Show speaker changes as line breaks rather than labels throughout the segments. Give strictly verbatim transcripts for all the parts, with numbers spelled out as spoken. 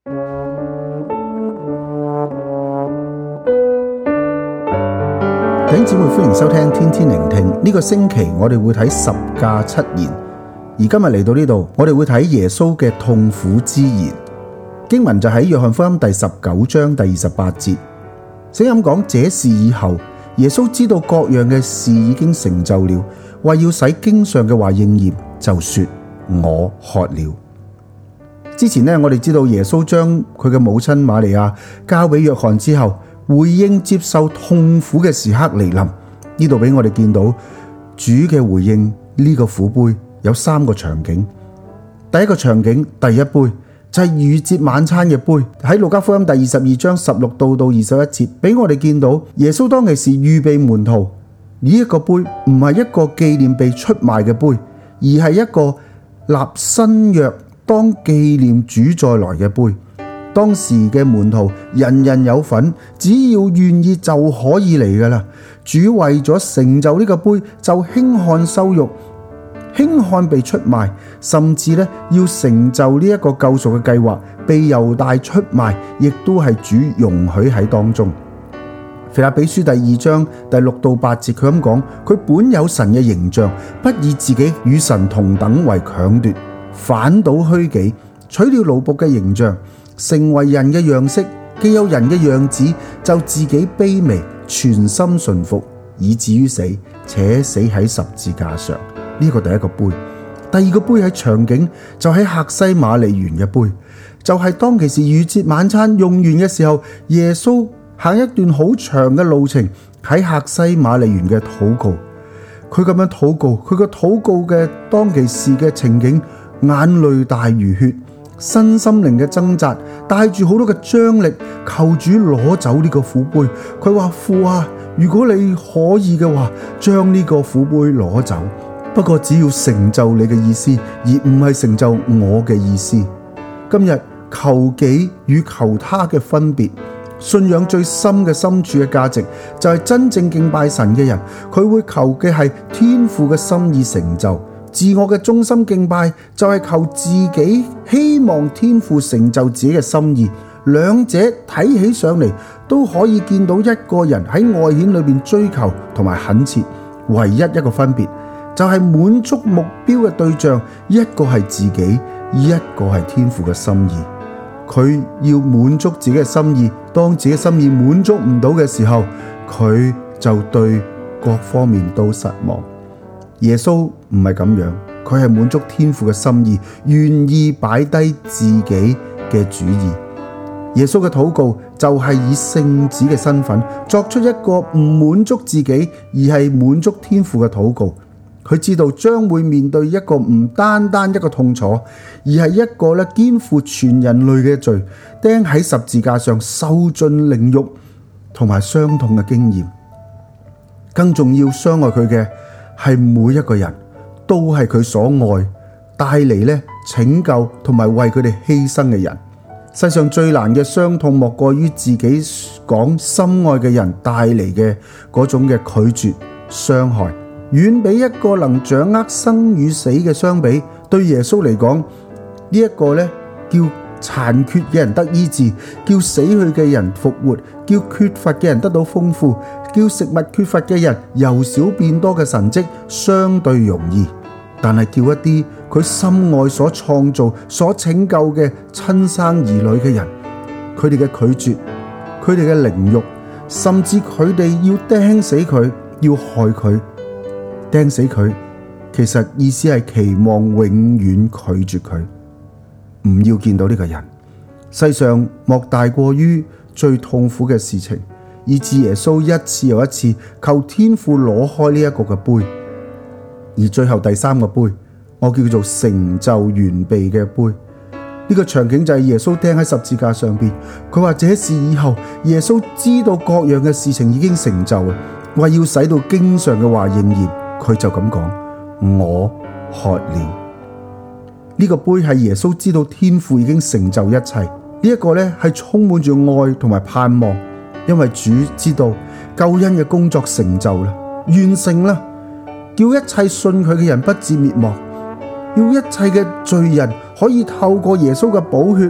弟兄姊妹，歡迎收聽天天聆聽。呢個星期我哋會睇十架七言，而今日嚟到呢度，我哋會睇耶穌嘅痛苦之言。經文就喺約翰福音第十九章第二十八節。聖經講，這事以後，耶穌知道各樣嘅事已經成就了，為要使經上嘅話應驗，就說：我渴了。之前呢，我哋知道耶穌將佢嘅母親瑪利亞交俾約翰之後，回應接受痛苦嘅時刻嚟臨。呢度俾我哋見到主嘅回應呢個苦杯有三個場景。第一個場景，第一杯就係逾節晚餐嘅杯，喺路加福音第二十二章十六到到二十一節，俾我哋見到耶穌當其時預備門徒呢一個杯，唔係一個紀念被出賣嘅杯，而係一個立新約當紀念主再來嘅杯。當時嘅門徒人人有份，只要願意就可以嚟噶啦。主為咗成就呢個杯，就輕看羞辱，輕看被出賣，甚至咧要成就呢一個救贖嘅計劃，被猶大出賣，亦都係主容許喺當中。腓立比書第二章第六到八節，佢咁講：佢本有神嘅形象，不以自己與神同等為強奪，反倒虛己，取了奴僕嘅形象，成為人嘅樣式，既有人嘅樣子，就自己卑微，全心順服，以至於死，且死喺十字架上。呢個第一個杯。第二個杯喺場景就喺客西馬尼園嘅杯，就係、是、當其時逾節晚餐用完嘅時候，耶穌行一段好長嘅路程喺客西馬尼園嘅禱告。佢咁樣禱告，佢個禱告嘅當其時嘅情景，眼淚大如血，身心靈嘅掙扎，帶住好多嘅張力，求主攞走呢個苦杯。佢話：父啊，如果你可以嘅話，將呢個苦杯攞走。不過只要成就你嘅意思，而唔係成就我嘅意思。今日求己與求他嘅分別，信仰最深嘅深處嘅價值，就係真正敬拜神嘅人，佢會求嘅係天父嘅心意成就。自我嘅中心敬拜就係求自己，希望天父成就自己嘅心意。兩者睇起上嚟都可以見到一個人喺外顯裏邊追求同埋懇切，唯一一個分別就係滿足目標嘅對象，一個係自己，一個係天父嘅心意。佢要滿足自己嘅心意，當自己心意滿足唔到嘅時候，佢就對各方面都失望。耶穌唔係咁樣，佢係滿足天父嘅心意，願意擺低自己嘅主意。耶穌嘅禱告就係以聖子嘅身份作出一個唔滿足自己，而係滿足天父嘅禱告。佢知道將會面對一個唔單單一個痛楚，而係一個咧肩負全人類嘅罪，釘喺十字架上受盡凌辱同埋傷痛嘅經驗。更重要，傷害佢嘅係每一個人，都係佢所愛，帶嚟咧拯救同埋為佢哋犧牲嘅人。世上最難嘅傷痛，莫過於自己講心愛嘅人帶嚟嘅嗰種嘅拒絕傷害。遠比一個能掌握生與死嘅相比，對耶穌嚟講，呢、這、一個咧叫殘缺嘅人得醫治，叫死去嘅人復活，叫缺乏嘅人得到豐富，叫食物缺乏嘅人由少變多嘅神蹟相對容易。但係叫一啲佢心愛所創造、所拯救嘅親生兒女嘅人，佢哋嘅拒絕、佢哋嘅凌辱，甚至佢哋要釘死佢、要害佢。釘死佢，其實意思係期望永遠拒絕佢，唔要見到呢個人。世上莫大過於最痛苦嘅事情，以致耶穌一次又一次求天父攞開呢一個嘅杯。而最後第三個杯，我叫做成就完備嘅杯。呢、這個場景就係耶穌釘喺十字架上邊。佢話這事以後，耶穌知道各樣嘅事情已經成就啦，為要使到經上嘅話應驗。佢就咁講：我渴了。呢、這個杯係耶穌知道天父已經成就一切，呢、這、一個咧係充滿住愛同埋盼望，因為主知道救恩嘅工作成就啦，完成啦，叫一切信佢嘅人不至滅亡，要一切嘅罪人可以透過耶穌嘅寶血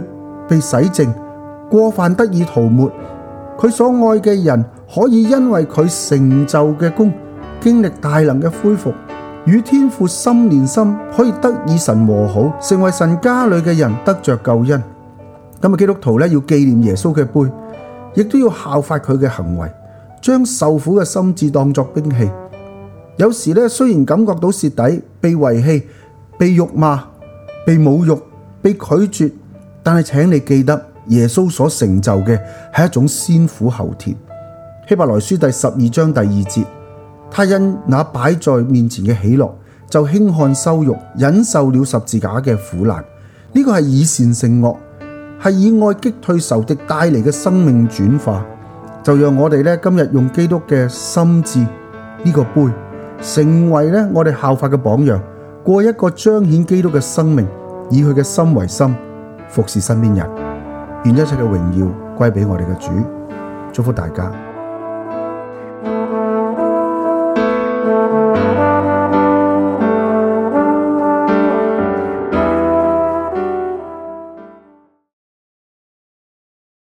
被洗淨，過犯得以塗抹，佢所愛嘅人可以因為佢成就嘅功，經歷大能嘅恢復，與天父心連心，可以得以神和好，成為神家裏嘅人，得着救恩。咁啊，基督徒咧要紀念耶穌嘅杯，亦都要效法佢嘅行為，將受苦嘅心志當作兵器。有時咧，雖然感覺到蝕底、被遺棄、被辱罵、被侮辱、被拒絕，但係請你記得，耶穌所成就嘅係一種先苦後甜。希伯來書第十二章第二節，他因那擺在面前嘅喜樂，就輕看羞辱，忍受了十字架嘅苦難。呢個係以善勝惡，係以愛擊退仇敵帶嚟嘅生命轉化。就讓我哋咧今日用基督嘅心志呢個杯，成為咧我哋效法嘅榜樣，過一個彰顯基督嘅生命，以佢嘅心為心，服侍身邊人。願一切嘅榮耀歸俾我哋嘅主，祝福大家。